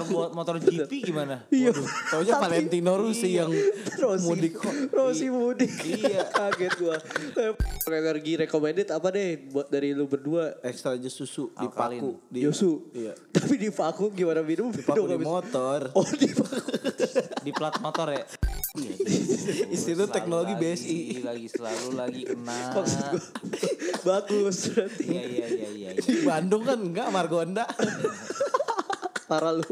motor GP gimana? Iya. Taunya Valentino Rossi yang mudik. Rossi mudik. Iya. Kaget gua. Energi recommended apa deh buat dari lu berdua? Extra aja susu Alkalin. dipaku di Yosu. Iya. Tapi di vakum gimana minum? Dipaku Minum di habis. motor. Oh di vakum. Di plat motor ya. Iya. Istilah Selalu teknologi lagi, BSI. Selalu lagi kena. Maksud gua bagus berarti. Iya. Bandung kan enggak Margonda. Parah lu.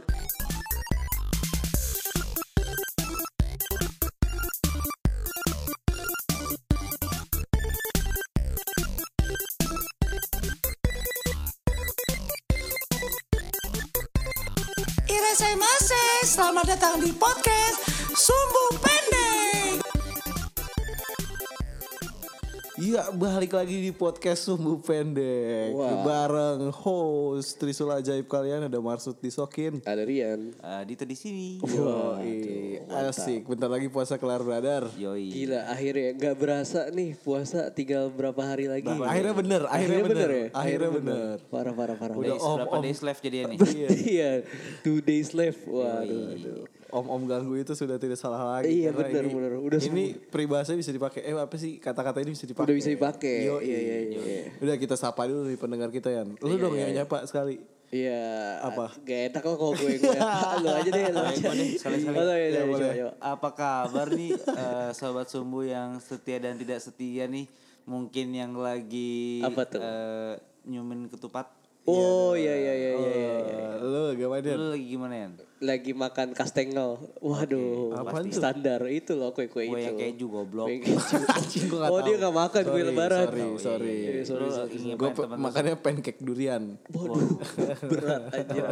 Irasemase, selamat datang di podcast Sumbu Pendek. Iya, balik lagi di podcast Sumbu Pendek. Wah. Bareng host Trisula Ajaib kalian ada Marsud Disokin. Ada Rian. Dito di sini. Yoi, asik. Bentar lagi puasa kelar, brother. Yoi. Gila akhirnya gak berasa nih puasa tinggal berapa hari lagi. Akhirnya bener. ya? Akhirnya bener. Parah. Udah Berapa om. days left jadi nih? Iya. 2 days left. Waduh. Om ganggu itu sudah tidak salah lagi. Iya, karena bener. Udah ini peribahasa bisa dipakai. Apa sih kata-kata ini bisa dipakai? Udah bisa dipakai. Yoi. Iya. Udah kita sapa dulu nih pendengar kita Yan. Lu dong yang nyapa sekali. Iya. Apa? Gak enak kok kalau gue ngeliat. Lu aja deh. Sekali-sekali. Iya, boleh. coba. Apa kabar nih sobat Sumbu yang setia dan tidak setia nih? Mungkin yang lagi Apa tuh? nyumin ketupat. Oh iya. Lu gimana Yan? Lu lagi gimana ya? Lagi makan kastengel. Waduh. Apaan tuh? Standar itu loh kue Kue itu. yang keju goblok. Kue keju. Anjing gua Oh tahu. dia gak makan kue lebaran. Sorry. Iya, sorry. Iya, Gue teman-teman. makannya pancake durian. Waduh. Berat anjir.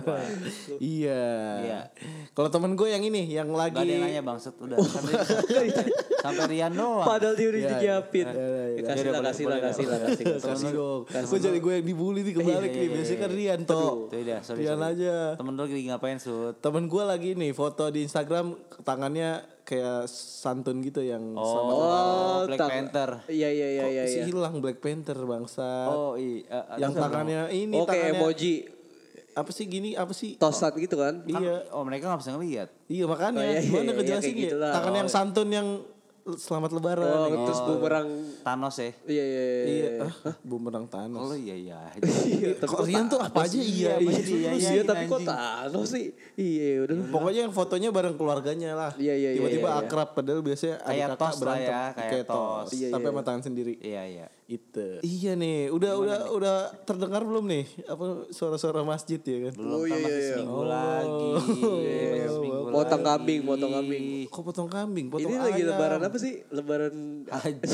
Iya. Kalau temen gue yang ini, yang lagi. Gak ada yang nanya bangsat udah. Sampai Rian doang. Padahal dia udah Iya, dijiapin. iya. Kasih lah. Kasih dong. Gue jadi gue yang dibully nih kebalik nih. Biasanya kan Rian toh. Tuh udah, sorry. Rian aja. Temen lu lagi ngapain Sud? Temen gue lagi nih foto di Instagram tangannya kayak santun gitu yang sama. Oh, Black Panther. Iya. Kok sih hilang Black Panther bangsa. Oh iya. Yang tangannya ini Oke, tangannya. emoji Apa sih gini? Apa sih? tosan gitu kan. Iya. Oh mereka gak bisa ngeliat. Iya makanya. Oh, iya, Gimana iya, ngejelasin kayak ya? gitulah. Tangan yang santun yang selamat lebaran. Oh, gitu. terus bumerang. Thanos ya. Iya. Iya, bumerang Thanos. Oh iya. Kok Rian tuh apa aja iya. Iya, tapi kok Thanos sih? Iya, udah. Pokoknya yang fotonya bareng keluarganya lah. Iya. Tiba-tiba iya. akrab padahal biasanya adik Kayak kakak tos lah berantem. ya, kayak tos. Iya, tapi sama tangan sendiri. Iya. Itu. Iya nih, udah terdengar belum nih apa suara-suara masjid ya kan? Belum kan masih seminggu lagi. Masih seminggu Potong lagi. kambing. Kok potong kambing? Potong Ini lagi ayam. lebaran apa sih? Lebaran Haji.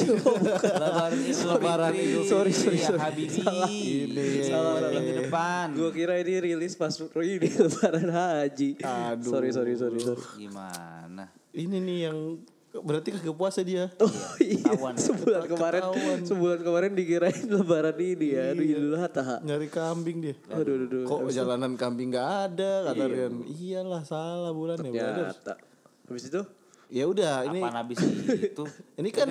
Lebaran Idul Sorry. Fitri ya Habibi. Salah. Minggu depan. Gua kira ini rilis pas ini lebaran haji. Aduh. Sorry. Gimana? Ini nih yang berarti kagak puasa dia. Oh iya, Ketahuan ya. sebulan kemarin dikirain lebaran ini ya, Idul Adha. Nyari kambing dia. Aduh. Kok jalanan kambing gak ada kata Rian. Iyalah salah bulan ya brother. Ternyata. Habis itu? Ya udah ini Apaan habis itu? ini kan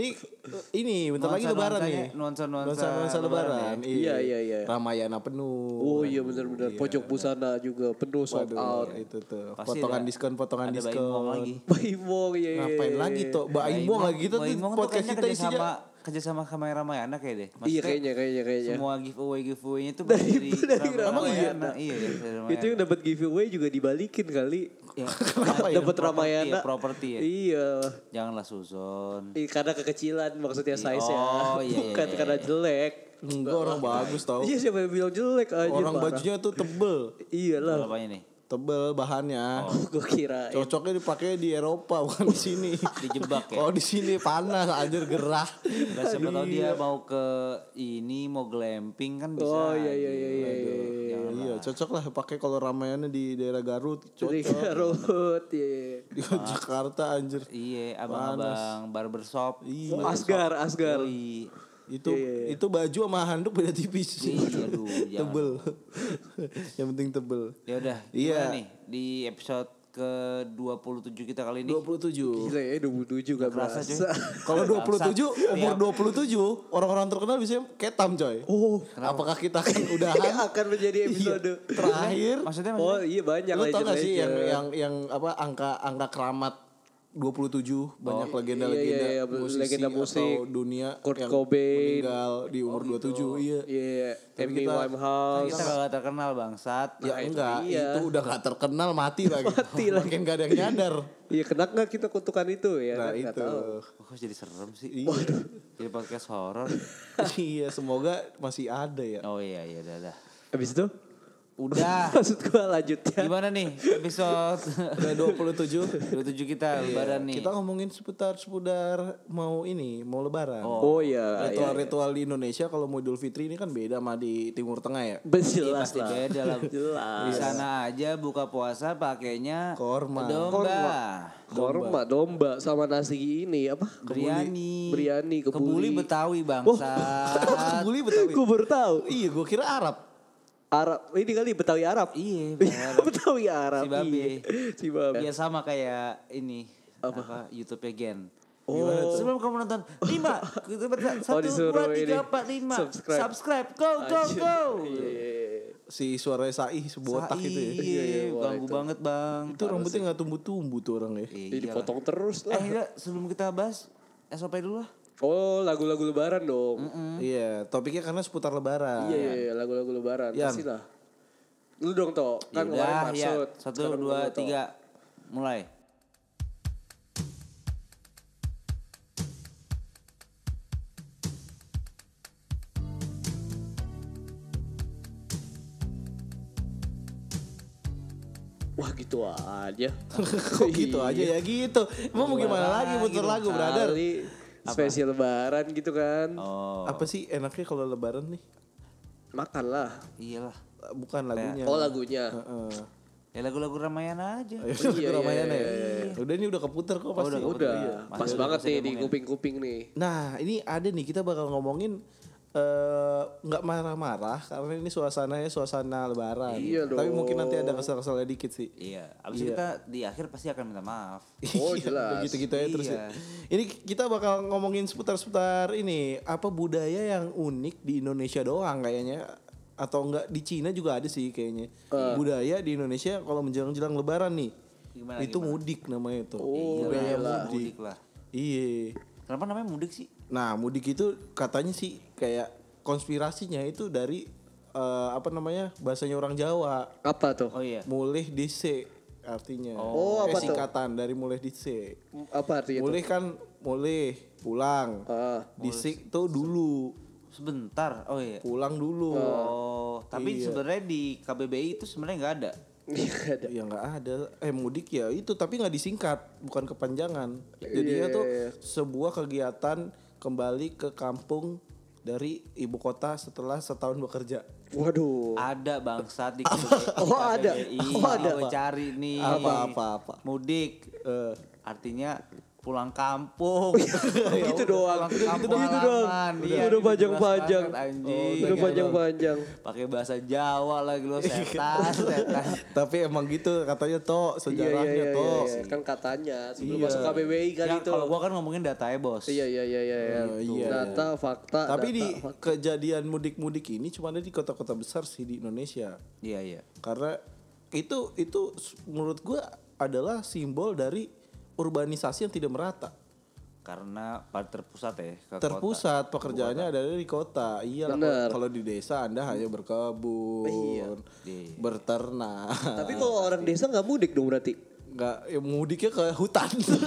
ini bentar lagi lebaran nih. Nuansa lebaran. Iya. Ramayana penuh. Oh iya benar. Pojok busana juga penuh sold out. Itu tuh. Pasti Potongan ada- diskon. Ada Baim Wong lagi. Baimong iya. Ngapain lagi tuh? Baimong lagi kita tuh Baimong podcast kayaknya kita isinya. kerja sama Ramayana kayak deh. Iya Maksudnya kayaknya. semua giveaway-nya tuh Dari Ramayana. Iya, dari Ramayana. Itu yang dapat giveaway juga dibalikin kali. Ya, Dapat Ramayana. properti ya. Iya. Janganlah suzon. Karena kekecilan maksudnya size ya. Oh, iya. Bukan karena jelek. Enggak orang bagus tau. Iya siapa yang bilang jelek aja. Orang parah. bajunya tuh tebel. Iyalah. Apanya nih? Tebel bahannya. Gue kira. Cocoknya dipakai di Eropa bukan di sini. Dijebak ya. Oh di sini panas anjir gerah. Gak siapa tahu dia mau ke ini mau glamping kan bisa. Oh iya. Iya cocok lah pakai kalau Ramayana di daerah Garut Dari cocok. Garut iya. Di Jakarta anjir. Iya, abang-abang barbershop. Iya. Asgar. Yoi. Itu baju sama handuk beda tipis. Iya, aduh, jangan. Tebel. Yang penting tebel. Ya udah, Iya. gimana nih di episode ke 27 kita kali ini. 27. Gila ya 27 gak Kerasa, cuy. berasa. Kalau 27 umur 27 orang-orang terkenal biasanya ketam coy. Oh, Apakah kita akan udahan akan menjadi episode terakhir? Maksudnya Oh iya banyak Lu tau gak sih legend-legend. yang apa angka keramat 27 banyak legenda-legenda iya, musisi legenda musik. atau dunia Kurt yang Cobain. meninggal di umur 27 iya. Iya, Tapi Amy kita- Winehouse. kita gak terkenal bangsat. Ya enggak, iya. itu udah gak terkenal mati lagi. Mati lagi. Makin gak ada yang nyadar. Iya, kena nggak kita kutukan itu ya? Nah kan? Nggak itu. tahu. Kok jadi serem sih? Iya. Jadi podcast horor. Iya, semoga masih ada ya. Oh iya dah. Habis itu? Udah. Maksud gua lanjutnya. Gimana nih episode Udah 27. 27 kita lebaran nih. Kita ngomongin seputar mau lebaran. Oh iya. Ritual-ritual di Indonesia kalau mau Idul Fitri ini kan beda sama di Timur Tengah ya. Jelas Pasti lah. beda lah. Jelas. Di sana aja buka puasa pakainya Korma. domba. Domba sama nasi ini apa? Biryani. Kebuli. Kebuli Betawi bangsa. Kebuli Betawi. Gue baru tahu. Iya, gue kira Arab. Arab. Ini kali Betawi Arab. Iya, Betawi Arab. Si Babe. Iya. Si Babe. Ya sama kayak ini apa YouTube-nya Gen. Oh. Sebelum kamu nonton 5 1 disuruh 2 ini. 3 4 5 Subscribe. subscribe go. Iya. Si suaranya Saih sebotak itu ya. Iya, boleh ganggu itu. banget bang. Itu rambutnya gak tumbuh-tumbuh tuh orang ya. Jadi dipotong terus lah. Enggak, sebelum kita bahas SOP dulu lah. Oh, lagu-lagu lebaran dong. Iya, topiknya karena seputar lebaran. Iya, lagu-lagu lebaran. Yan. Pastilah. Lu dong, Toh. Kan kemarin ya. maksud. 1 Sekarang 2 gua, Toh. 3 mulai. Wah, gitu aja. Kok gitu aja ya gitu. Emang mau gimana lagi muter lagu, brother? Kali spesial lebaran gitu kan. Oh, Apa sih enaknya kalau lebaran nih? Makan lah. iyalah. Bukan lagunya. Oh, lagunya. Heeh. Ya lagu-lagu Ramayana aja. Lagu Iya, Ramayana iya, ya. Udah ini udah keputar kok pasti. Udah, Iya. pas Masih banget masih nih di ngomongin. kuping-kuping nih. Nah, ini ada nih kita bakal ngomongin nggak marah-marah karena ini suasana lebaran. Iya Tapi dong. mungkin nanti ada kesal-kesalnya dikit sih. Iya, abis itu kita di akhir pasti akan minta maaf. Oh, Iya, jelas. gitu-gitu ya terus ya. Iya. Ini kita bakal ngomongin seputar ini apa budaya yang unik di Indonesia doang kayaknya atau enggak di Cina juga ada sih kayaknya. Budaya di Indonesia kalau menjelang-jelang lebaran nih. Gimana, itu mudik namanya itu. Oh, budaya iyalah. mudik. Mudik lah. Iya. Kenapa namanya mudik sih? Nah, mudik itu katanya sih kayak konspirasinya itu dari apa namanya? Bahasanya orang Jawa. Apa tuh? Oh iya. Mulih dise artinya. Oh, apa tuh? singkatan dari mulih dise. Apa artinya tuh? Mulih kan mulih pulang. Ah. Disik tuh dulu, Sebentar. Oh iya. pulang dulu. Oh, tapi Iya. sebenarnya di KBBI itu sebenarnya nggak ada. Nggak ada. Ya nggak ada. Mudik ya itu tapi nggak disingkat, bukan kepanjangan. Jadinya tuh sebuah kegiatan kembali ke kampung dari ibu kota setelah setahun bekerja. Waduh. Ada bangsat di KBBI. Oh, ada. Oh, ada. Gue cari nih. Apa. Mudik. Eh, Artinya pulang kampung. Gitu doang. Pulang ke kampung Gitu doang. halaman. Udah Iya, jelas panjang-panjang. banget, anjing. Udah panjang-panjang. Pakai bahasa Jawa lagi lo setan. tapi emang gitu katanya toh sejarahnya toh. iya. Kan katanya sebelum Iya. masuk KBBI kan Ya, itu. kalau gua kan ngomongin data ya bos. Iya. iya. Data, fakta. Tapi data, di fakta. kejadian mudik-mudik ini cuma ada di kota-kota besar sih di Indonesia. Iya. Karena itu menurut gua adalah simbol dari urbanisasi yang tidak merata. Karena pada terpusat ya ke kota. Terpusat pekerjaannya ada di kota. Iya Bener. kalau di desa Anda hanya berkebun, Iya. berternak. Tapi kalau orang desa nggak mudik dong berarti. Nggak, ya mudiknya ke hutan.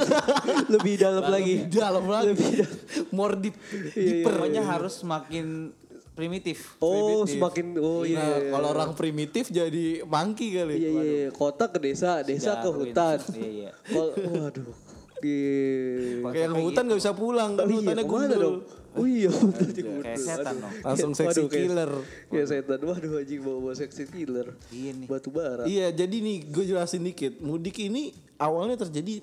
Lebih dalam lagi. Dalam lagi. More deep, deeper. Pokoknya harus semakin primitif. Oh, Primitif. semakin Nah, kalau orang primitif jadi monkey kali. Iya. Kota ke desa, desa ke Darwin. hutan. Iya. Waduh. Di Kayak yang hutan nggak bisa pulang kan hutannya kemana dong? gundul. Oh iya, Kayak setan dong. Langsung seksi Waduh, kayak- killer. Kayak setan. Waduh anjing bawa seksi killer. Iya nih. Batu bara. Iya, jadi nih gue jelasin dikit. Mudik ini awalnya terjadi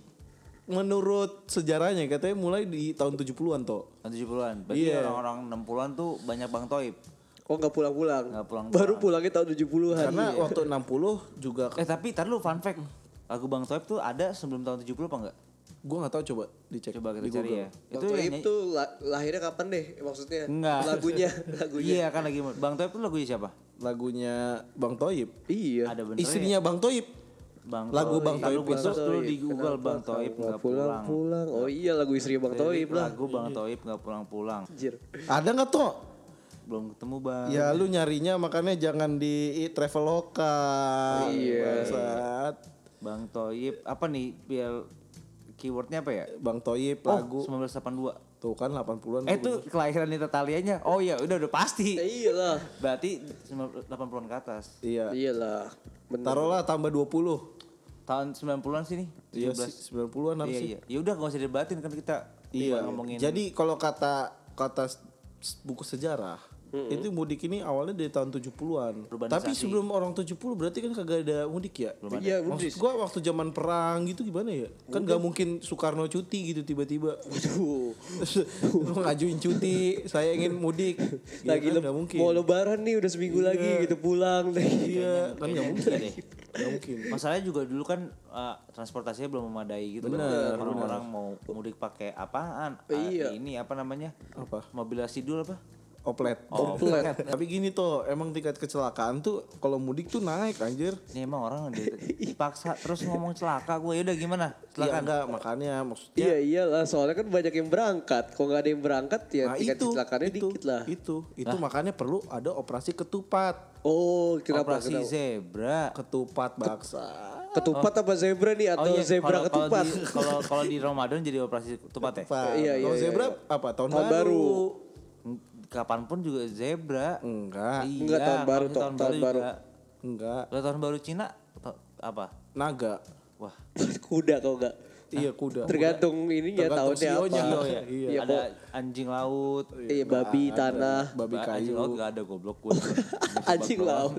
menurut sejarahnya katanya mulai di tahun 70-an toh. Tahun 70-an. Berarti Iya. orang-orang 60-an tuh banyak Bang Toib. Oh nggak pulang-pulang. Nggak pulang-pulang. Baru pulangnya tahun 70-an. Karena waktu 60 juga Tapi tar lu fun fact. Lagu Bang Toib tuh ada sebelum tahun 70 apa enggak? Gue nggak tahu, coba dicek. Coba kita di cari Google. ya. Bang Toib tuh lahirnya kapan deh maksudnya? Enggak. Lagunya. Iya kan lagi Bang Toib tuh lagunya siapa? Lagunya Bang Toib. Iya. Ada bener Istrinya Bang Toib. Bang Lagu Toib. Bang Toib Lalu gue itu. search dulu di Google Bang Toib enggak pulang. Oh iya lagu istri Bang Toib lah. Lagu Bang Toib enggak pulang-pulang. Anjir. Ada nggak tuh? Belum ketemu Bang. Ya lu nyarinya makanya jangan di Traveloka. Iya. Bangsat. Bang Toib apa nih biar keywordnya apa ya? Bang Toib Oh, lagu 1982. tuh kan 80-an. Itu kelahiran Nita Talianya. Oh iya, udah pasti. Iyalah. Berarti 80-an ke atas. Iya. Iyalah. Bener. Taruhlah tambah 20. Tahun 90-an sini. Iya 17. 90-an harus Iya sih. iya. Ya udah enggak usah didebatin kan kita Iya. ngomongin. Jadi kalau kata buku sejarah itu mudik ini awalnya dari tahun 70-an. Urbanisasi. Tapi sebelum orang 70 berarti kan kagak ada mudik ya? Iya, Maksud gua waktu zaman perang gitu gimana ya? Kan gak mungkin Soekarno cuti gitu tiba-tiba. Waduh. Ngajuin cuti, saya ingin mudik. Lagi kan, gak mungkin. mau lebaran nih udah seminggu lagi gitu pulang deh. Iya, kan gak mungkin. deh. Gak mungkin. Masalahnya juga dulu kan transportasinya belum memadai gitu. Bener, Orang-orang mau mudik pakai apaan? Iya. Ini apa namanya? Apa? Mobil sidul apa? Oplet. Oplet. Tapi gini tuh, emang tingkat kecelakaan tuh kalau mudik tuh naik anjir. Ini emang orang dipaksa terus ngomong celaka gue. Yaudah gimana? Iya Celaka. enggak, makanya maksudnya. Iya iyalah soalnya kan banyak yang berangkat. Kalau nggak ada yang berangkat ya Nah tingkat kecelakaannya dikit lah. Itu makanya perlu ada operasi ketupat. Oh kenapa? Operasi Kenapa? zebra. Ketupat baksa. Ketupat apa zebra nih atau zebra ketupat? Kalau di Ramadan jadi operasi ketupat ya? Ketupat. Iya, Kalau iya, zebra iya. apa? Tahun Tahun baru. Kapanpun juga zebra. Enggak. Iya, Enggak, tahun baru, kalau tahun tahun baru. juga. Enggak. Kalau tahun baru Cina apa? Naga. Wah, Kuda kau enggak? Iya kuda. Tergantung ininya Tergantung tahunnya apa. sionya. oh ya. Iya. Ada anjing laut. Iya babi tanah. Babi Anjing kayu. laut gak ada goblok gue. Anjing laut.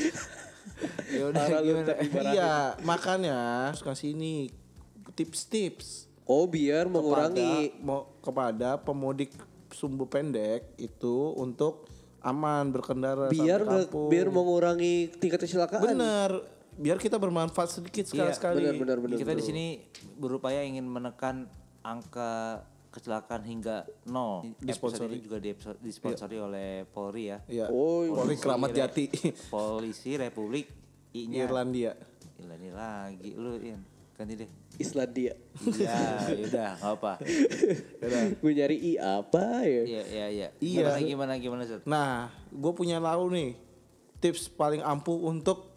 Ya udah Parah lu gimana? tapi parah. Iya, makanya harus kasih ini tips-tips Oh biar mengurangi. kepada pemudik sumbu pendek itu untuk aman berkendara Biar sampai kampung. biar mengurangi tingkat kecelakaan. Bener, biar kita bermanfaat sedikit sekali-sekali. benar. Kita di sini berupaya ingin menekan angka kecelakaan hingga 0. Episode ini juga disponsori oleh Polri ya. Iya. Oh, Polri Kramat Jati. Polisi Republik I-nya. Irlandia. Ini lagi lu In. Ganti deh. Islandia. Iya, yaudah enggak apa. Gue nyari I apa ya? Iya. Iya. Gimana Zat? Nah, gue punya tahu nih tips paling ampuh untuk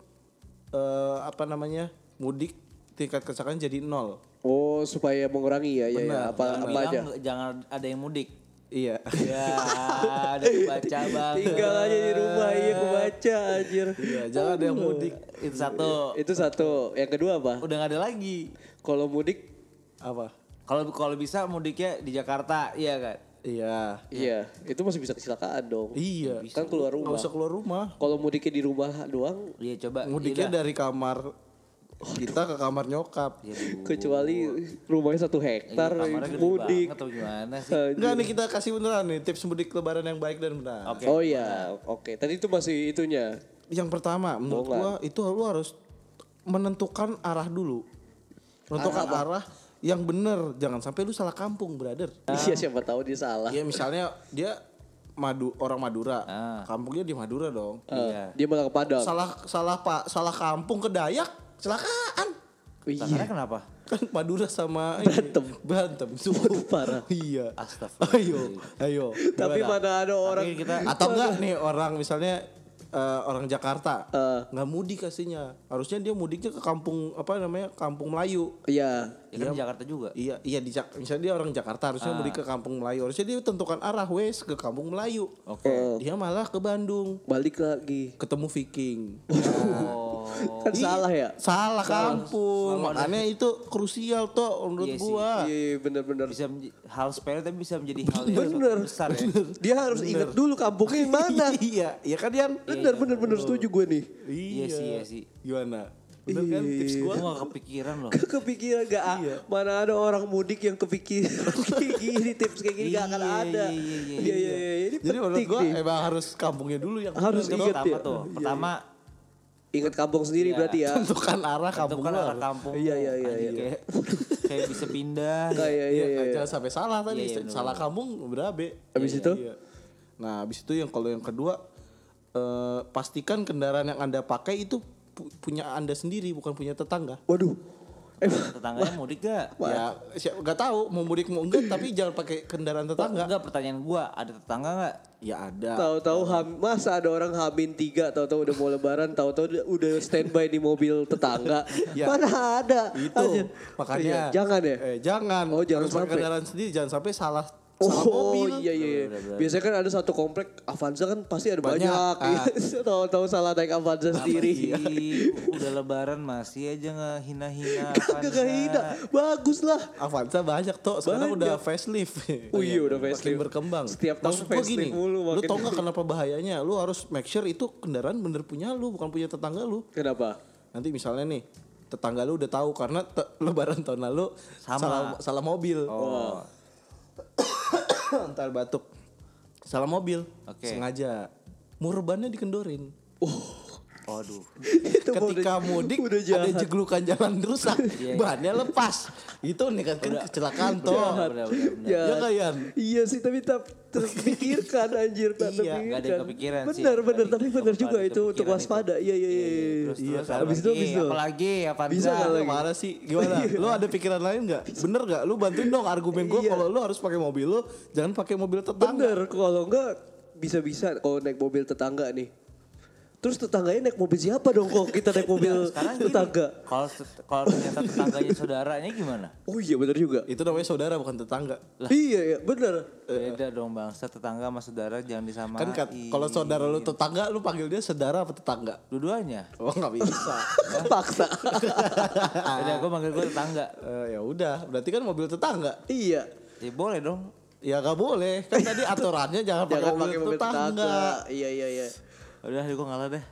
mudik tingkat kecelakaan jadi 0. Oh supaya mengurangi ya Benar, apa Bilang aja? jangan ada yang mudik. Iya. Ya, udah baca bang. Tinggal aja di rumah iya gue baca anjir. Iya, jangan ada yang mudik. Itu satu. Itu satu. Yang kedua apa? Udah gak ada lagi. Kalau mudik Apa? Kalau bisa mudiknya di Jakarta, iya kan? Iya. iya, itu masih bisa kecelakaan dong. Iya. Kan keluar Nggak rumah. usah keluar rumah. Kalau mudiknya di rumah doang, Iya coba. Mudiknya Yaudah. dari kamar kita ke kamar nyokap. kecuali rumahnya 1 hektar Iya, kamarnya gede mudik. banget atau gimana sih? Enggak nih kita kasih beneran nih tips mudik lebaran yang baik dan benar. Oke. Oh iya, oke. Tadi itu masih itunya. Yang pertama menurut gua itu lu harus menentukan arah dulu. Menentukan arah yang bener, jangan sampai lu salah kampung, brother. Iya siapa tahu dia salah. Ya misalnya dia orang Madura, kampungnya di Madura dong. Iya. Dia malah ke Padang. Salah kampung ke Dayak, kecelakaan. Iya. Karena kenapa? Kan Madura sama berantem. Parah. Iya. Astagfirullah. Ayo. Tapi Gimana? mana ada orang Tapi kita Atau enggak nih orang misalnya orang Jakarta nggak mudik aslinya, harusnya dia mudiknya ke kampung Kampung Melayu. Iya. ya kan di Jakarta juga. Iya misalnya dia orang Jakarta harusnya mudik ke Kampung Melayu, harusnya dia tentukan arah wes ke Kampung Melayu. Oke. Dia malah ke Bandung Balik lagi. ketemu Viking. Oh. Kan salah ya? Salah kampung, makanya itu krusial tuh menurut Iya sih. gua. Iya benar-benar. Bisa hal sepele tapi bisa menjadi hal yang Bener. besar ya. Dia harus ingat dulu kampungnya yang mana. Iya kan Yan? Bener setuju gue nih. Iya sih. Gimana? Bener kan tips gua? Gue gak kepikiran loh. Kepikiran gak? Mana ada orang mudik yang kepikiran kayak gini, tips kayak gini gak akan ada. Iya. Ini Jadi menurut penting gua nih. emang harus kampungnya dulu yang Harus bener. ingat Pertama ya. tuh. Pertama Ingat kampung sendiri Iya. berarti ya. Tentukan arah kampung Tentukan lu. arah kampung. Iya, lu. iya, iya, Anjing, iya. Kayak bisa pindah. Iya, Iya, jangan sampai salah tadi. Iya, iya, Salah kampung berabe. Habis itu? Iya. Nah, habis itu yang kalau yang kedua pastikan kendaraan yang Anda pakai itu punya Anda sendiri, bukan punya tetangga. Waduh. Tetangganya mudik gak? Ya, nggak tahu mau mudik mau enggak, tapi jangan pakai kendaraan tetangga. Enggak, pertanyaan gua, ada tetangga gak? Ya ada. Tahu-tahu masa ada orang Hamin 3 tahu-tahu udah mau lebaran, tahu-tahu udah standby di mobil tetangga. Ya. Mana ada? Itu Aja. makanya Iya, jangan ya. Jangan. Oh, jangan Harus pakai sampai. kendaraan sendiri, jangan sampai salah Oh mobil. iya. Biasanya kan ada satu komplek Avanza kan pasti ada banyak. Banyak. Tahu-tahu salah naik Avanza sendiri. Ih, udah lebaran masih aja ngehina-hina Kagak Avanza. hina. Bagus lah. Avanza banyak tuh. Sekarang Banyak. udah facelift. Oh iya, udah Makin facelift. berkembang. Setiap tahun Maksud gua facelift mulu, Lu makin- tau gak kenapa bahayanya? Lu harus make sure itu kendaraan bener punya lu, bukan punya tetangga lu. Kenapa? Nanti misalnya nih, tetangga lu udah tahu karena lebaran tahun lalu Sama. salah mobil. Oh, Entar batuk. Salah mobil. Oke. Sengaja. Murbannya dikendorin. waduh. Itu Ketika mudik udah ada jahat. jeglukan jalan rusak, Iya, iya. bannya lepas. Itu nih kan kecelakaan toh. Benar. Ya nggak, Yan? Iya sih tapi terpikirkan anjir tak Iya, terpikirkan. nggak ada yang kepikiran sih. Benar Tadi tapi benar kepikiran juga itu untuk itu. waspada. Iya. Terus Habis itu. apalagi Avanza. Bisa nggak lagi? Marah sih. Gimana? Lu ada pikiran lain nggak? Bener nggak? Lu bantuin dong argumen gue Iya. kalau lu harus pakai mobil lu, jangan pakai mobil tetangga. Bener kalau enggak bisa-bisa kalau naik mobil tetangga nih. Terus tetangganya naik mobil siapa dong kok kita naik mobil Sekarang gini, tetangga? kalau ternyata tetangganya saudaranya gimana? Oh iya bener juga. Itu namanya saudara bukan tetangga. Iya bener. Beda dong bangsa, tetangga sama saudara jangan disamain. Kan kalau saudara lu tetangga, lu panggil dia saudara apa tetangga? Dua-duanya. Oh nggak bisa. Paksa. Udah gue manggil gue tetangga. Ya udah, berarti kan mobil tetangga. Iya. Ya boleh dong. Ya nggak boleh. Kan tadi aturannya jangan pakai Jangan mobil, pakai mobil tetangga. Iya. Udah gue ngalah deh.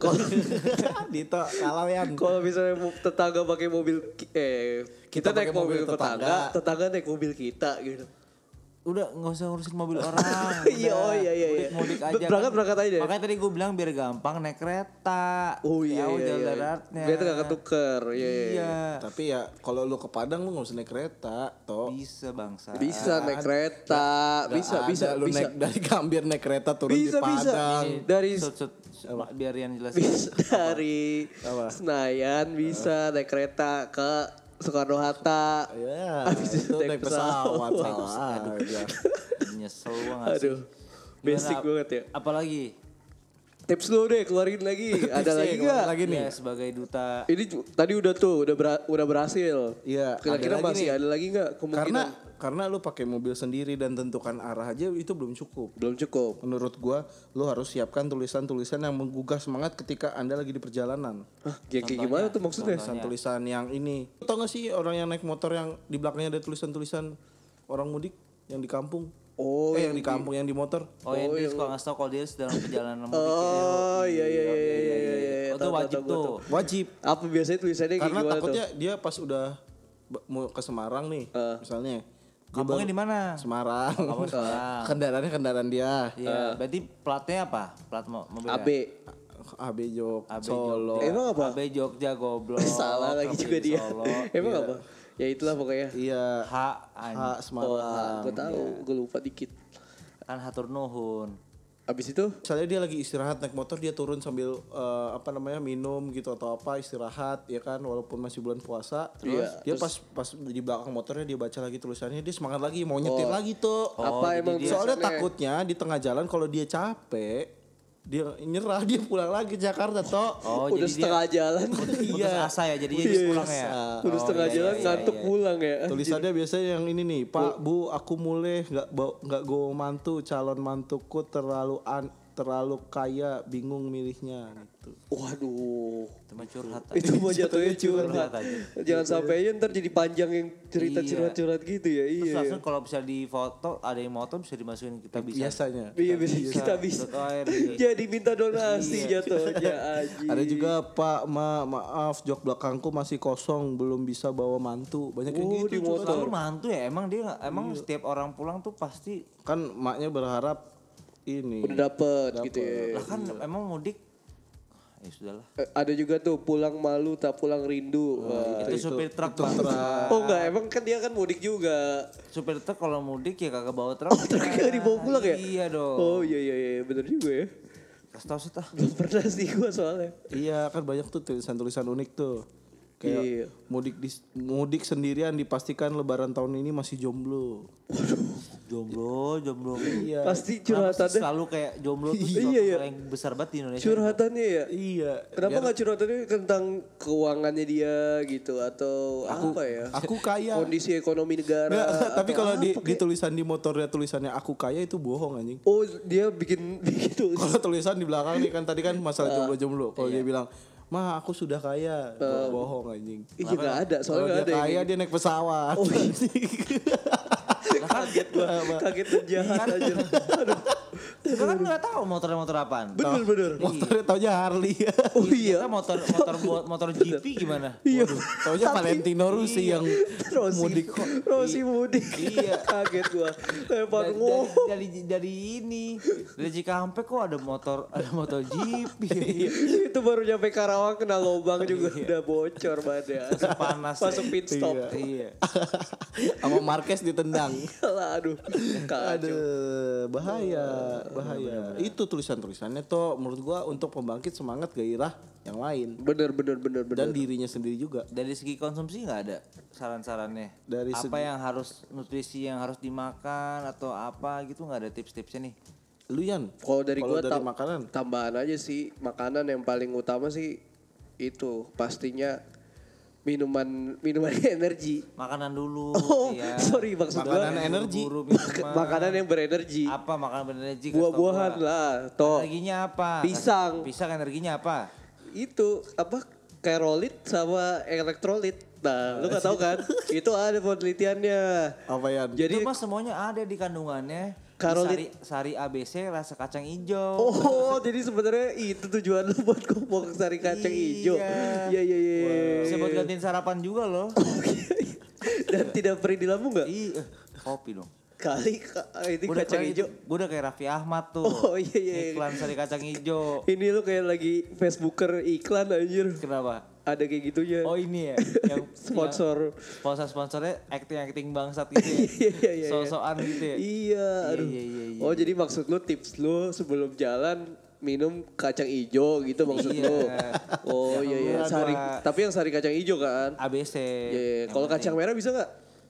Dito kalah Yan. Kalau misalnya tetangga pakai mobil kita naik pakai mobil mobil tetangga naik mobil kita gitu. Udah nggak usah ngurusin mobil orang. Iya, udah. oh iya. Mudik aja. Berangkat aja. Makanya tadi gue bilang biar gampang naik kereta. Oh iya. Jauh jalan daratnya. Biar gak ketuker. Iya. Tapi ya kalau lu ke Padang lu nggak usah naik kereta, toh. Bisa bangsa. Bisa naik kereta, bisa. Lu naik dari Gambir naik kereta turun di Bisa. Padang. Dari Biar Rian jelasin. bisa dari Senayan bisa naik kereta ke Soekarno Hatta. Ya, Habis itu naik pesawat. Salah aja. Nyesel banget sih. Aduh. Basic Gimana? banget ya. Apalagi? Tips lu deh keluarin lagi. Ada lagi keluarin enggak? lagi nih. Ya sebagai duta. Ini tadi udah tuh, udah berhasil. Iya, Kira-kira ada lagi masih nih. ada lagi nggak kemungkinan? Karena lu pakai mobil sendiri dan tentukan arah aja itu belum cukup. Belum cukup. Menurut gua, lu harus siapkan tulisan-tulisan yang menggugah semangat ketika Anda lagi di perjalanan. Hah, kayak gimana tuh maksudnya? Tulisan-tulisan yang ini. Lu tau gak sih orang yang naik motor yang di belakangnya ada tulisan-tulisan orang mudik yang di kampung? Oh, yang di kampung, yang di motor. Oh, yang dia suka ngasih tau kalau dia sedang perjalanan mudik. Oh iya. Oh, itu wajib tuh. Wajib. Apa biasanya tulisannya kayak Karena gimana takutnya tuh? dia pas udah mau ke Semarang nih, misalnya. dia Kampungnya baru- di mana? Semarang. Kampung Semarang. Kendaraannya kendaraan dia. Iya, berarti platnya apa? Plat mobilnya? AB. AB Jog, AB Solo. Jogja. Emang apa? AB Jogja goblok. Salah lagi Kampung juga di dia. Solo. Emang apa? Ya itulah pokoknya. Iya. H H Semarang. Gue tahu, gue lupa dikit. kan hatur nuhun. Abis itu Misalnya dia lagi istirahat naik motor, dia turun sambil minum gitu atau apa, istirahat ya kan, walaupun masih bulan puasa. Terus dia pas di belakang motornya dia baca lagi tulisannya, dia semangat lagi mau nyetir lagi tuh. apa emang Soalnya tulisannya? takutnya di tengah jalan kalau dia capek, dia nyerah, dia pulang lagi ke Jakarta toh. Oh, udah jadi setengah jalan. putus asa ya, jadinya Iya. dia pulang ya. Udah setengah jalan ngantuk pulang ya. Tulisannya biasanya yang ini nih, Pak, Bu, aku mulai nggak go mantu, calon mantuku terlalu kaya, bingung milihnya gitu. Waduh. Itu mah curhat. Itu mau jatuhnya curhat. Curhat aja. Jangan sampai aja ntar jadi panjang yang cerita Iya. curhat-curhat gitu ya. Terus Iya. langsung kalau bisa di foto, ada yang moto bisa dimasukin, kita bisa. Biasanya. Iya bisa kita bisa. .or. Jadi minta donasi jatuhnya aja. Ada juga, Pak, maaf jok belakangku masih kosong, belum bisa bawa mantu. Banyak yang Oh, gitu. di juga. motor. Lalu mantu ya, emang dia emang setiap orang pulang tuh pasti Kan maknya berharap ini. Udah dapet gitu ya. lah kan emang mudik Ya sudahlah. Ada juga tuh pulang malu tak pulang rindu. Wah, Itu supir truk Bang. Oh enggak, emang kan dia kan mudik juga. Supir truk kalau mudik ya kagak bawa truk. Oh truknya dibawa pulang ya? Iya dong. Oh iya bener juga ya. Kasih tau sih tah. Belum pernah sih gua soalnya. Iya kan banyak tuh tulisan-tulisan unik tuh. Kayak Iya. mudik sendirian dipastikan lebaran tahun ini masih jomblo. Jomblo. Iya. Pasti Kenapa sih curhatannya. selalu kayak jomblo tuh Iya, suatu iya. hal yang besar banget di Indonesia. Curhatannya ya. Iya. Kenapa nggak curhatannya tentang keuangannya dia gitu atau apa ya? Aku kaya. Kondisi ekonomi negara. Nggak, tapi atau kalau di apa kayak- tulisan di motornya tulisannya aku kaya itu bohong anjing. Oh dia bikin begitu. Kalau tulisan di belakang nih kan tadi kan masalah jomblo-jomblo. Kalau dia bilang, "Ma, aku sudah kaya." Bohong anjing. Iya nggak ada, Kalau soalnya dia nggak ada. kaya yang- dia naik pesawat. Oh, kaget gua, kaget dan jahat aja. Aduh, Kita kan nggak tahu motor apaan. bener. Motornya taunya Harley. Oh iya. Kita motor GP gimana? Iya. Taunya Valentino Rossi yang mudik. Rossi mudik. Iya. Kaget gua. Lempar Dari ini dari Cikampek kok ada motor GP. Itu baru nyampe Karawang kena lubang juga udah bocor badan. Panas. Masuk pit stop. Iya. Sama Marquez ditendang. Alah, aduh. Kacau. Aduh, bahaya. Itu tulisan-tulisannya tuh menurut gua untuk pembangkit semangat gairah yang lain Bener. dan dirinya sendiri juga. Dari segi konsumsi nggak ada saran-sarannya. Dari apa segi- yang harus nutrisi yang harus dimakan atau apa gitu nggak ada tips-tipsnya nih. Lu Yan, Kalau dari gua dari makanan tambahan aja sih, makanan yang paling utama sih itu pastinya minuman energi. Makanan dulu. Oh, ya. sorry maksud gua Makanan energi. Buru-buru minuman. makanan yang berenergi. Apa makanan berenergi? Buah-buahan lah, toh. Energinya apa? Pisang. Pisang energinya apa? Itu apa kerolit sama elektrolit. Nah, lu gak tahu kan? Itu ada penelitiannya. apa Yan? Jadi Itu mah semuanya ada di kandungannya. Karolit. Sari ABC rasa kacang hijau. oh, jadi sebenarnya itu tujuan lu buat ngomong sari kacang hijau. Iya. Bisa buat gantiin sarapan juga loh. Dan tidak perih di lambung gak? Iya, kopi dong. Kali ini kacang hijau. Gue udah kayak Raffi Ahmad tuh. Oh iya. Iklan sari kacang hijau. Ini lu kayak lagi Facebooker iklan anjir. Kenapa? Ada kayak gitunya. Oh ini ya, yang sponsornya acting bangsat gitu ya. Iya. So-soan gitu ya. Iya, aduh. Iya. Oh jadi maksud lu tips lu sebelum jalan minum kacang hijau gitu maksud Iya. lu. Oh iya. Jangan lupa. Tapi yang sari kacang hijau kan. ABC. Iya. Yang Kalau penting. kacang merah bisa nggak?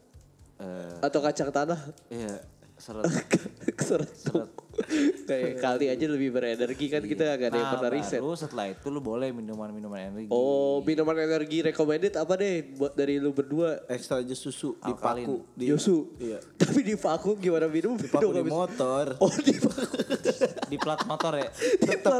Atau kacang tanah? Iya, seret. Seret. Kayak kali aja lebih berenergi kan kita gak ada yang pernah riset. Baru setelah itu lu boleh minuman energi. Oh minuman energi recommended apa deh buat dari lu berdua? Ekstra aja susu Alkalin. dipaku di Yosu. Iya. Tapi di vakum gimana minum? Dipaku Minum di habis- motor. Oh di vakum. Di plat motor ya. Di plat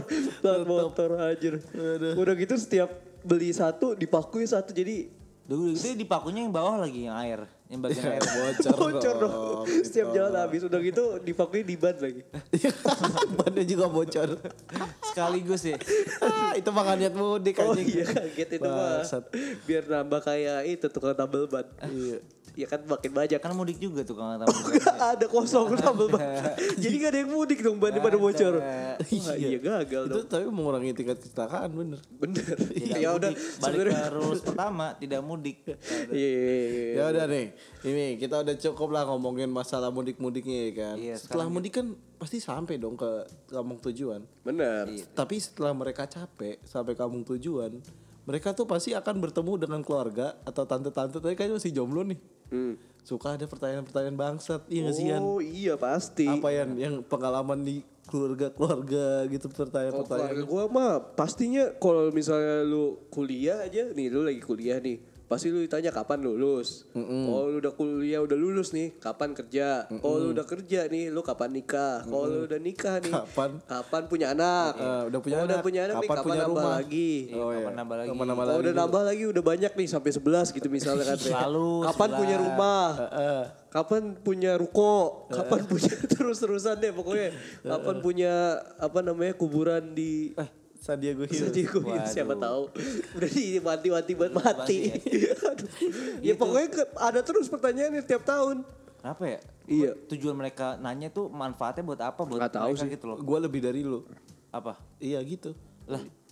motor anjir. Udah gitu setiap beli satu dipakuin satu jadi Dulu itu dipakunya yang bawah lagi yang air, yang bagian air. bocor dong. Setiap jalan habis udah gitu dipakuin di ban lagi. Bannya juga bocor. Sekaligus ya. Itu mah niat mudik Oh anjing. iya kaget itu mah. Bangsat. Biar nambah kayak itu tukang tambal ban. Iya. Ya kan makin banyak. Kan mudik juga tuh kalau tamu. Ada kosong tambal ban. Jadi gak ada yang mudik dong bannya pada bocor. Wah, iya gagal Itu dong. tapi mengurangi tingkat kecelakaan bener. Bener. Tidak Ya udah mudik. Balik sebenarnya. ke rules pertama, tidak mudik. Iya. Ya udah nih, ini kita udah cukup lah ngomongin masalah mudik-mudiknya ya kan. Iya, Setelah mudik kan pasti sampai dong ke kampung tujuan. Bener. Tapi setelah mereka capek sampai kampung tujuan, mereka tuh pasti akan bertemu dengan keluarga atau tante-tante. Tadi kan masih jomblo nih. Suka ada pertanyaan-pertanyaan bangsat, iya nggak sih Yan? Oh iya pasti. Apa yang pengalaman di keluarga gitu Kalau pertanyaan-pertanyaan. keluarga gue mah pastinya kalau misalnya lu kuliah aja nih, lu lagi kuliah nih, pasti lu ditanya kapan lulus. Oh lu udah kuliah udah lulus nih, kapan kerja? Oh lu udah kerja nih, lu kapan nikah? Kalau lu udah nikah nih, kapan punya anak? Udah punya Oh, anak. udah punya anak nih, Kapan kapan punya nambah rumah? lagi? Oh, iya. Kapan nambah lagi? Kapan nambah Kalau lagi udah dulu. nambah lagi udah banyak nih sampai 11 gitu misalnya kan. Selalu Kapan 11. punya rumah? Kapan punya ruko? Kapan punya terus-terusan deh pokoknya. Kapan punya apa namanya kuburan di Sandiago Hills. Sandiago Hills, siapa tahu udah diwanti-wanti buat mati. Aduh. Ya pokoknya ada terus pertanyaannya tiap tahun. Apa ya? Iya. Tujuan mereka nanya tuh manfaatnya buat apa? Buat Nggak tahu mereka sih. gitu loh. Gue lebih dari lu. Apa? Iya gitu. Lah,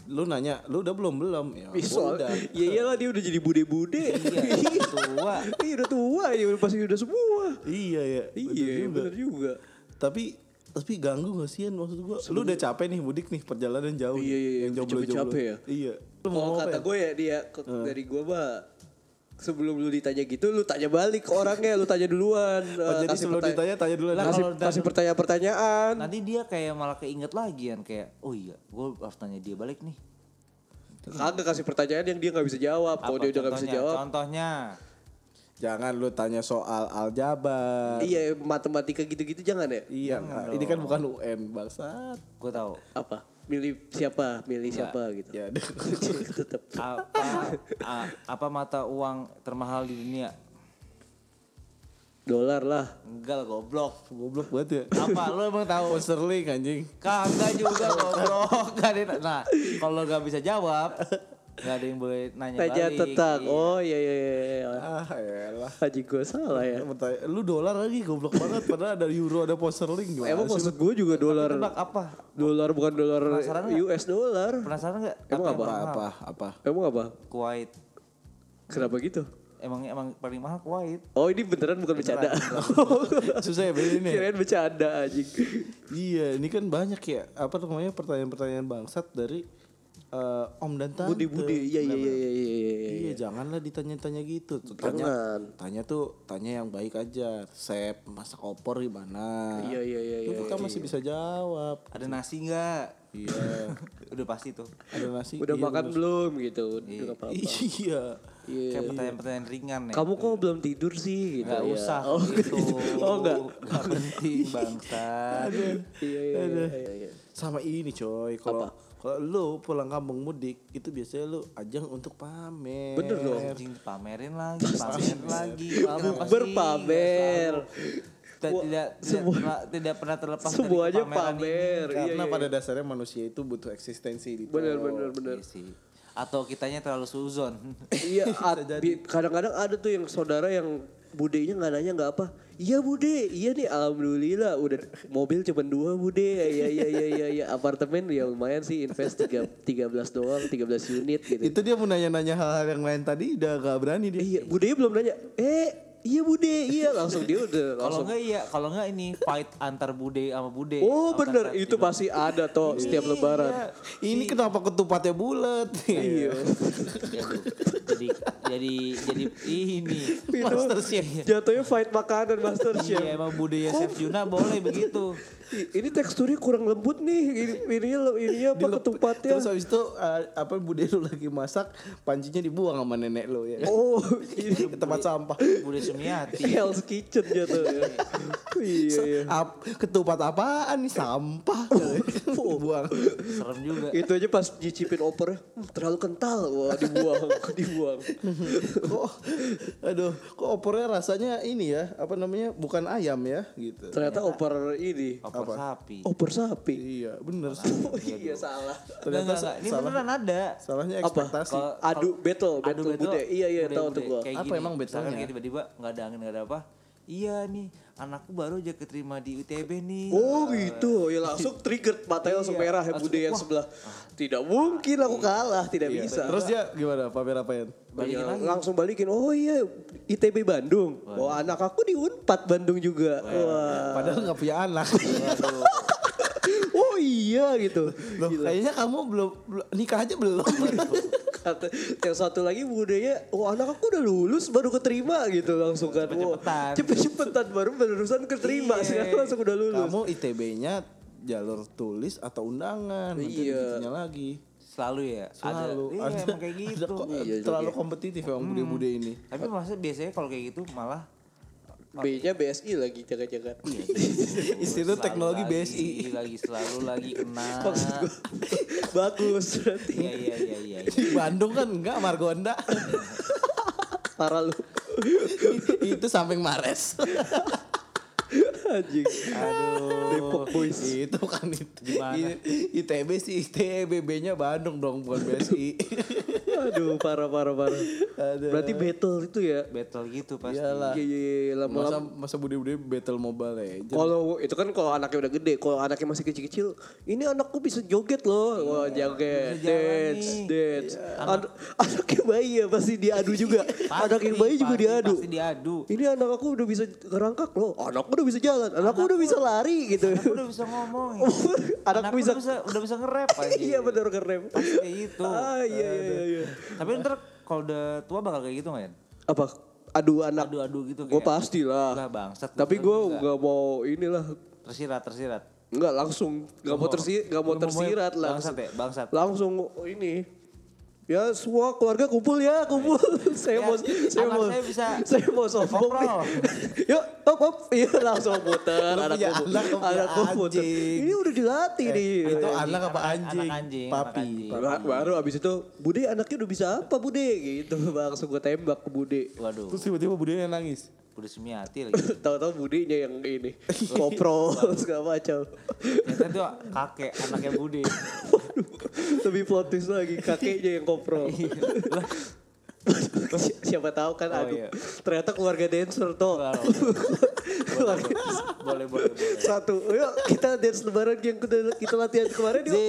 lu nanya, lu udah belum? Ya, Soal, udah. ya iyalah dia udah jadi bude-bude. Iya, tua. Iya udah tua ya pasti udah semua. Iya ya. Iya bener juga. Tapi ganggu gak sih maksud gua? Lu udah capek nih mudik nih perjalanan jauh. Iya, yang jomblo-jomblo. capek ya. Iya. Lu Oh mau apa kata ya? gue ya dia dari gue mah sebelum lu ditanya gitu lu tanya balik ke orangnya, lu tanya duluan. Oh, jadi sebelum ditanya tanya dulu. Lah, kasih, kalau kasih pertanyaan-pertanyaan. Nanti dia kayak malah keinget lagi kan kayak oh iya gue harus tanya dia balik nih. Kagak kasih pertanyaan yang dia nggak bisa jawab. Kalau dia udah nggak bisa jawab, Contohnya. Jangan lu tanya soal aljabar. iya matematika gitu-gitu jangan ya. Iya, ini kan bukan UN, bangsat. Gue tahu. Apa? Milih siapa gitu. Ya, Tetap. Apa mata uang termahal di dunia? Dolar lah. Enggak lah, goblok. goblok banget ya. Apa lu emang tahu? Pound sterling anjing. Kagak juga goblok. Gak ada. Nah, kalau gak bisa jawab, gak ada yang boleh nanya Tanya balik. tentang. Iya. Oh iya. Ah, elah. Haji gue salah ya. Lu dolar lagi goblok banget padahal ada euro, ada pound sterling gimana Emang sih? maksud gue juga dolar. Tebak apa? Dolar bukan dolar Penasaran nggak? US dollar. Penasaran gak? Emang yang paling mahal? apa? Emang apa? Kuwait. Kenapa gitu? Emang paling mahal Kuwait. Oh ini beneran bukan bercanda. Susah ya bedain ya. Kirain bercanda anjing. Iya, ini kan banyak ya apa namanya pertanyaan-pertanyaan bangsat dari om dan tante. Budi-budi. Iya. Iya, janganlah ditanya-tanya gitu. Jangan. Tanya yang baik aja. Resep masak opor gimana? Iya. Itu kita masih bisa jawab. Ada nasi nggak? Iya. Udah pasti tuh. Ada nasi. Udah iya, makan bener. belum gitu. Udah nggak apa-apa. Iya. Kayak pertanyaan-pertanyaan ringan ya. Kamu kok belum tidur sih gitu. Nggak ya. usah Oh, gitu. Oh enggak. Gak penting bangsa. Iya. Sama ini coy, kalau lu pulang kampung mudik itu biasanya lu ajang untuk pamer. Bener dong. Anjing pamerin lagi. Kenapa sih? Berpamer. Tidak pernah terlepas Semuanya dari kepameran pamer. ini. Karena pada dasarnya manusia itu butuh eksistensi gitu. Bener. Iya sih. Atau kitanya terlalu suzon. Iya, kadang-kadang ada tuh yang saudara yang budenya nggak nanya nggak apa. Iya bude, iya nih alhamdulillah udah mobil cuma 2 bude. Iya apartemen ya lumayan sih invest 13 doang, 13 unit gitu. Itu dia mau nanya-nanya hal-hal yang lain tadi udah gak berani dia. Iya, budenya belum nanya. Iya bude, iya langsung dia udah langsung. Kalau enggak ini fight antar bude sama bude. Oh Antar bener, satu itu juga. pasti ada toh setiap lebaran. Ini kenapa ketupatnya bulat? Iya. jadi ini Master Chef. Jatuhnya fight makanan Master Chef. iya emang budaya Chef Juna boleh begitu. Ini teksturnya kurang lembut nih. Ininya apa ketupatnya? Terus habis itu apa bude lu lagi masak, pancinya dibuang sama nenek lu ya. Oh, ini Ke tempat sampah. Bude Sumiati. Hell's Kitchen jatuh ya. Iya. Ketupat apaan nih sampah. Buang. Serem juga. Itu aja pas nyicipin opornya terlalu kental. Wah, dibuang. Kok opornya rasanya ini ya, apa namanya? Bukan ayam ya, gitu. Ternyata opor ini. Opor sapi. Opor sapi. Iya, bener sih. Oh iya salah. Ternyata Enggak. Ini beneran ada. salahnya Apa? ekspektasi. Adu battle bude. Iya bude- tahu tuh bude. gua. Kayak Apa gini, emang misalkan battle-nya? kayak tiba-tiba nggak ada angin nggak ada apa. Iya nih anakku baru aja keterima di UTB nih. Oh gitu, ya langsung trigger matanya langsung merah ya bude yang sebelah. Tidak mungkin aku kalah, tidak bisa. Terus dia gimana? Pamer apain? Balikin Ya, lagi. langsung balikin. Oh iya, ITB Bandung. Wah, anak aku di Unpad Bandung juga. Wah. Padahal nggak punya anak. Oh iya gitu. Loh, kayaknya kamu belum nikah aja belum. Kata yang satu lagi budenya, oh anak aku udah lulus baru keterima gitu langsung kan. Cepet-cepetan. Cepet-cepetan baru barusan keterima sekarang langsung udah lulus. Kamu ITB-nya jalur tulis atau undangan? Nanti Iya. ditanya lagi. Selalu ya. Selalu. Ada. Iya emang kayak gitu. Terlalu kompetitif emang bude-bude ini. Tapi maksudnya biasanya kalau kayak gitu malah B-nya BSI lagi jangan-jangan. Institut selalu Teknologi lagi, BSI. selalu lagi kena. Maksud gue bagus berarti. Iya. Di Bandung kan enggak Margonda. Parah lu. Itu samping Mares. Anjing. Aduh. Depok Boys. Itu kan Gimana? ITB sih ITB-nya Bandung dong bukan BSI. Aduh, parah. Berarti battle itu ya. Battle gitu pasti. Iyalah. Iya, lama-lama. Masa bude-bude battle Mobile Legends. Kalau itu kan kalau anaknya udah gede, kalau anaknya masih kecil-kecil, ini anakku bisa joget loh. Wah, joget, dance. Anaknya bayi ya pasti diadu juga. Anak yang bayi juga diadu. Pasti diadu. Ini anak aku udah bisa ngerangkak loh. Anakku udah bisa jalan. Anakku udah bisa lari gitu. Anakku udah bisa ngomong. Anakku bisa udah bisa nge-rap aja. Iya bener keren. Pasti kayak gitu. Iya. Tapi ntar kalau udah tua bakal kayak gitu nggak ya? Apa? Adu anak. Adu-adu gitu Gue kayak. pastilah. Lah bangsat. Tapi gue nggak mau inilah. tersirat. Enggak langsung. Nggak mau tersirat lah. Bangsat. Langsung ini. Ya semua keluarga kumpul. Saya mau sombong nih. Yuk, op. Iya langsung puter. Anakku puter. Ini udah dilatih nih. Itu anak apa anjing? Anak anjing. Papi. Baru abis itu, Bude anaknya udah bisa apa Bude? Gitu, langsung gue tembak ke Bude. Waduh. Terus tiba-tiba budenya nangis. Udah Sumiati lagi. Tahu-tahu Budenya yang ini, kopro segala macam. Ternyata itu kakek anaknya Bude. Lebih plot twist lagi, kakeknya yang kopro. Siapa tahu kan, Iya. ternyata keluarga dancer toh. Boleh. Satu, yuk kita dance lebaran yang kita latihan kemarin yuk.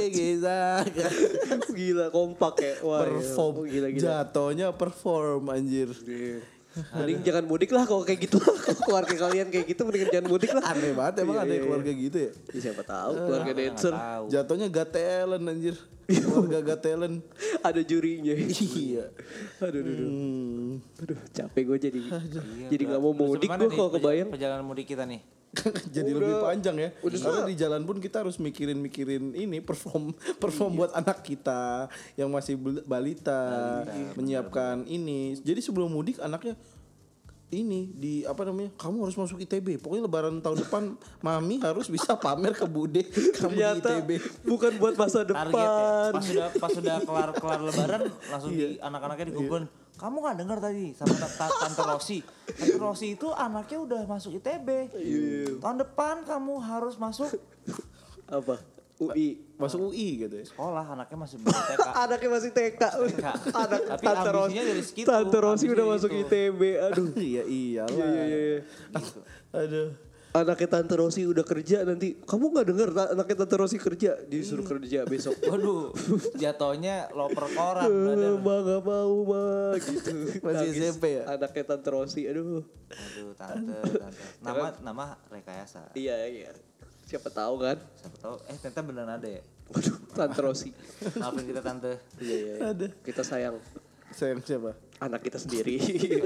Gila kompak ya. Wah, Perform. Gila. Jatohnya perform anjir. Mending jangan mudik lah kalau kayak gitu lah. Kalau keluarga kalian kayak gitu mending jangan mudik lah. Aneh banget emang ada keluarga gitu ya. Ya, siapa tahu keluarga dancer. Jatuhnya got talent anjir. Keluarga got talent. Ada jurinya. Iya. Aduh, capek gue jadi nggak mau Terus mudik gimana gue nih kalau kebayang. perjalanan mudik kita nih. Jadi lebih panjang ya. Karena di jalan pun kita harus mikirin ini perform buat anak kita yang masih balita, menyiapkan ini. Jadi sebelum mudik anaknya ini di apa namanya? Kamu harus masuk ITB. Pokoknya lebaran tahun depan mami harus bisa pamer ke Bude kamu di ITB. Bukan buat masa Target depan. ya. Pas sudah kelar lebaran langsung di anak-anaknya digugun. Kamu gak dengar tadi sama Tante Rosi. Tante Rosi itu anaknya udah masuk ITB. Tahun depan kamu harus masuk Apa? UI. Masuk UI gitu ya. sekolah, anaknya masih belum TK. Anaknya masih TK. Anak Tapi Tante Rosi. ambisinya dari segitu. Tante Rosi udah Ambisinya masuk itu. ITB. Aduh. Iya iyalah. Iya. Aduh. Anaknya Tante Rosi udah kerja nanti. Kamu gak denger anaknya Tante Rosi kerja? Disuruh kerja besok. Waduh, jatuhnya loper koran. Ma gak mau ma gitu. Masih Nangis. SMP ya? Anaknya Tante Rosi. Aduh. Aduh, tante. Nama rekayasa. Iya. Siapa tahu kan. Siapa tahu ternyata beneran ada ya. Waduh, Tante Rosi. Maafin kita tante. Iya. Ada. Kita sayang Sayang siapa? anak kita sendiri.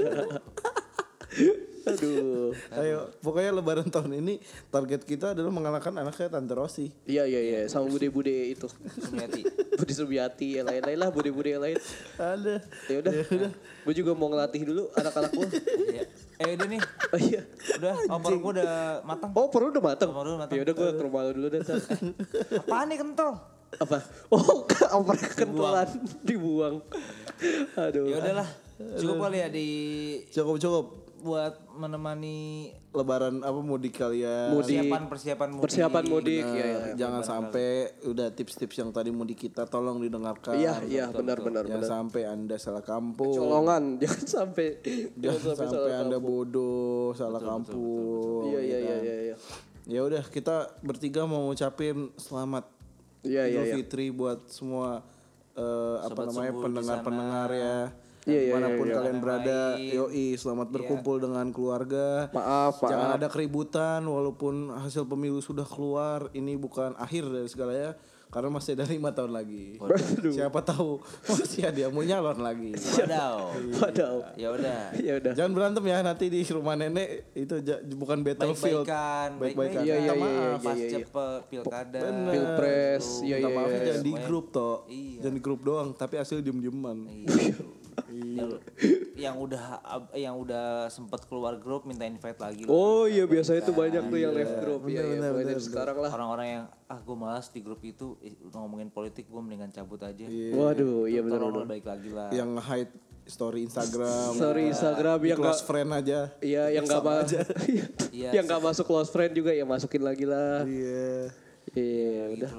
Aduh. Ayo, pokoknya lebaran tahun ini target kita adalah mengalahkan anaknya Tante Rosi. Iya. Sama bude-bude itu. Sumiati. Bude Sumiati, yang lain-lain lah, bude-bude yang lain. Ada. Ya udah. Gue juga mau ngelatih dulu anak-anak gue. Iya. Udah nih. Oh iya. Udah, opor gue udah matang. Oh, perlu udah matang. Opor udah matang. Ya udah gue ke rumah lu dulu deh. Apaan nih kentol? Apa? Oh, oper kentolan dibuang. Aduh. Ya udahlah. Cukup kali ya di Cukup. buat menemani Lebaran apa mudik kalian. persiapan mudik. Ya. Jangan sampai udah tips-tips yang tadi mudik kita tolong didengarkan. Iya, benar. Jangan sampai Anda salah kampung. Colongan, jangan sampai Sampai Anda bodoh, salah kampung. Iya. Ya udah, kita bertiga mau ngucapin selamat Idul Fitri buat semua pendengar-pendengar ya. Manapun kalian berada, yoi selamat berkumpul dengan keluarga. Maaf. Jangan ada keributan walaupun hasil pemilu sudah keluar. Ini bukan akhir dari segalanya karena masih ada 5 tahun lagi. Siapa tahu masih ada yang mau nyalon lagi. Wadaw. Ya udah. Jangan berantem ya nanti di rumah nenek itu bukan battlefield. Baik-baikan. Iya. Pasca pilkada. Pilpres. Minta maaf jangan di semuanya. grup toh. Iya. Jangan di grup doang tapi hasil diem-dieman. Yang udah sempet keluar grup minta invite lagi. Oh iya, biasa itu banyak tuh yang left group. Iya, mulai dari sekarang lah. Orang-orang yang gue malas di grup itu ngomongin politik, gue mendingan cabut aja. Waduh, iya benar. Tolong balik lagi lah. Yang hide story Instagram. Yang close friend aja. Iya, yang yang enggak masuk close friend juga ya masukin lagi lah. Iya. Iya, udah. Gitulah.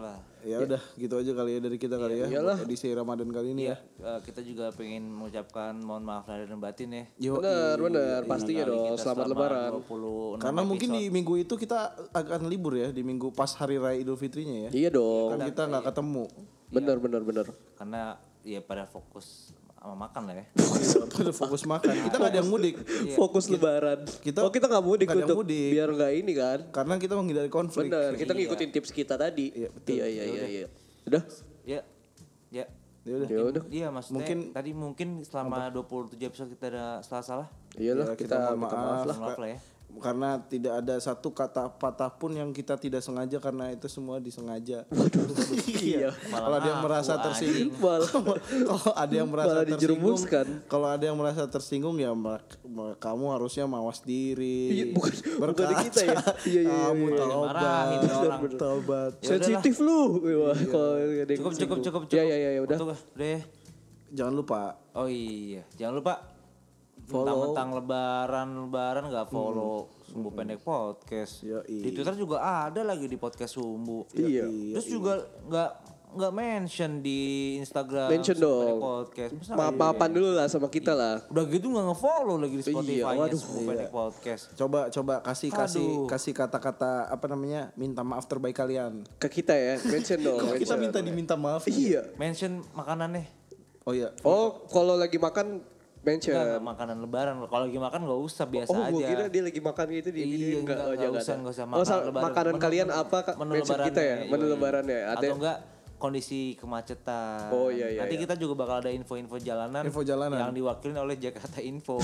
Ya udah gitu aja kali ya dari kita kali ya. Iyalah. Buat edisi Ramadan kali ini ya. Kita juga pengen mengucapkan mohon maaf lahir dan batin ya. Bener pastinya dong. Kita Selamat selama lebaran. 26 Karena mungkin episode. di minggu itu kita akan libur ya, di minggu pas hari raya Idul Fitrinya ya. Iya dong. Kan kita nggak ketemu. Bener. Karena ya pada fokus sama makan lah ya. Pada fokus makan. Kita nggak ada yang mudik. Fokus lebaran. Kita nggak mudik nggak ada untuk mudik. biar nggak ini kan. Karena kita menghindari konflik. Bener. Kita ngikutin tips kita tadi. Iya, betul. Iya. Udah. Ya. Ya udah. Iya maksudnya tadi mungkin selama 27 episode kita ada salah-salah. Iyalah Ya, kita mohon minta maaf lah. Maaf lah ya. Karena tidak ada satu kata patah pun yang kita tidak sengaja karena itu semua disengaja. Iya. Kalau ada yang merasa tersinggung, kalau ada yang merasa Malah tersinggung, dijerumuskan. kalau ada yang merasa tersinggung ya kamu harusnya mawas diri. Iya, bukan kita ya. Iya. Kamu Marahin orang. taubat. Sensitif lu. Wah, kalau ada yang Cukup. singgung. Ya udah. Udah ya. Jangan lupa Oh iya, jangan lupa mentang-mentang lebaran nggak follow Sumbu Pendek Podcast. Yoi. Di Twitter juga ada lagi di podcast Sumbu. Iya. Terus juga nggak mention di Instagram Mention Sumbu Pendek dong. Podcast. Masa Maaf-maafan dulu lah sama kita lah. udah gitu nggak nge-follow lagi di Spotify waduh. Sumbu Pendek Podcast. coba Aduh. kasih kata-kata apa namanya minta maaf terbaik kalian. Ke kita ya, mention dong. Kita mention. minta diminta maaf. Iya. Mention makanannya. Oh iya. Oh, kalau lagi makan mention. Enggak, makanan lebaran. Kalau lagi makan nggak usah, biasa Oh, aja. gua kira dia lagi makan gitu di video. Iya, Enggak, enggak jangan. usah, enggak usah. Makanan kalian apa menu mention kita ya? lebarannya, Menu yoi. lebarannya. Ada Atau enggak kondisi kemacetan. Oh, iya. Nanti kita juga bakal ada info-info jalanan. Info jalanan. Yang diwakilin oleh Jakarta Info.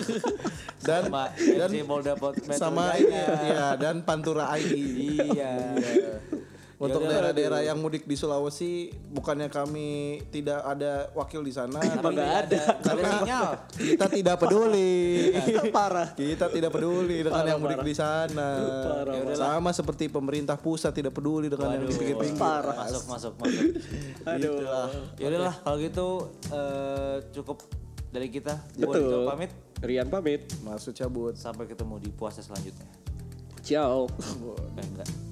Dan sama FC Polda Metro sama Jaya. ini ya dan Pantura ID. Iya. Untuk Yaudah, daerah-daerah yang mudik di Sulawesi, bukannya kami tidak ada wakil di sana, Tapi nggak ada sinyal. kita tidak peduli. parah. Kita tidak peduli dengan yang mudik di sana. Sama seperti pemerintah pusat tidak peduli dengan yang di pinggir-pinggir. Masuk. Aduh. Yaudahlah kalau gitu cukup dari kita. Gua Betul. Dito pamit. Rian pamit. Maksud cabut. Sampai ketemu di puasa selanjutnya. Ciao. Enggak.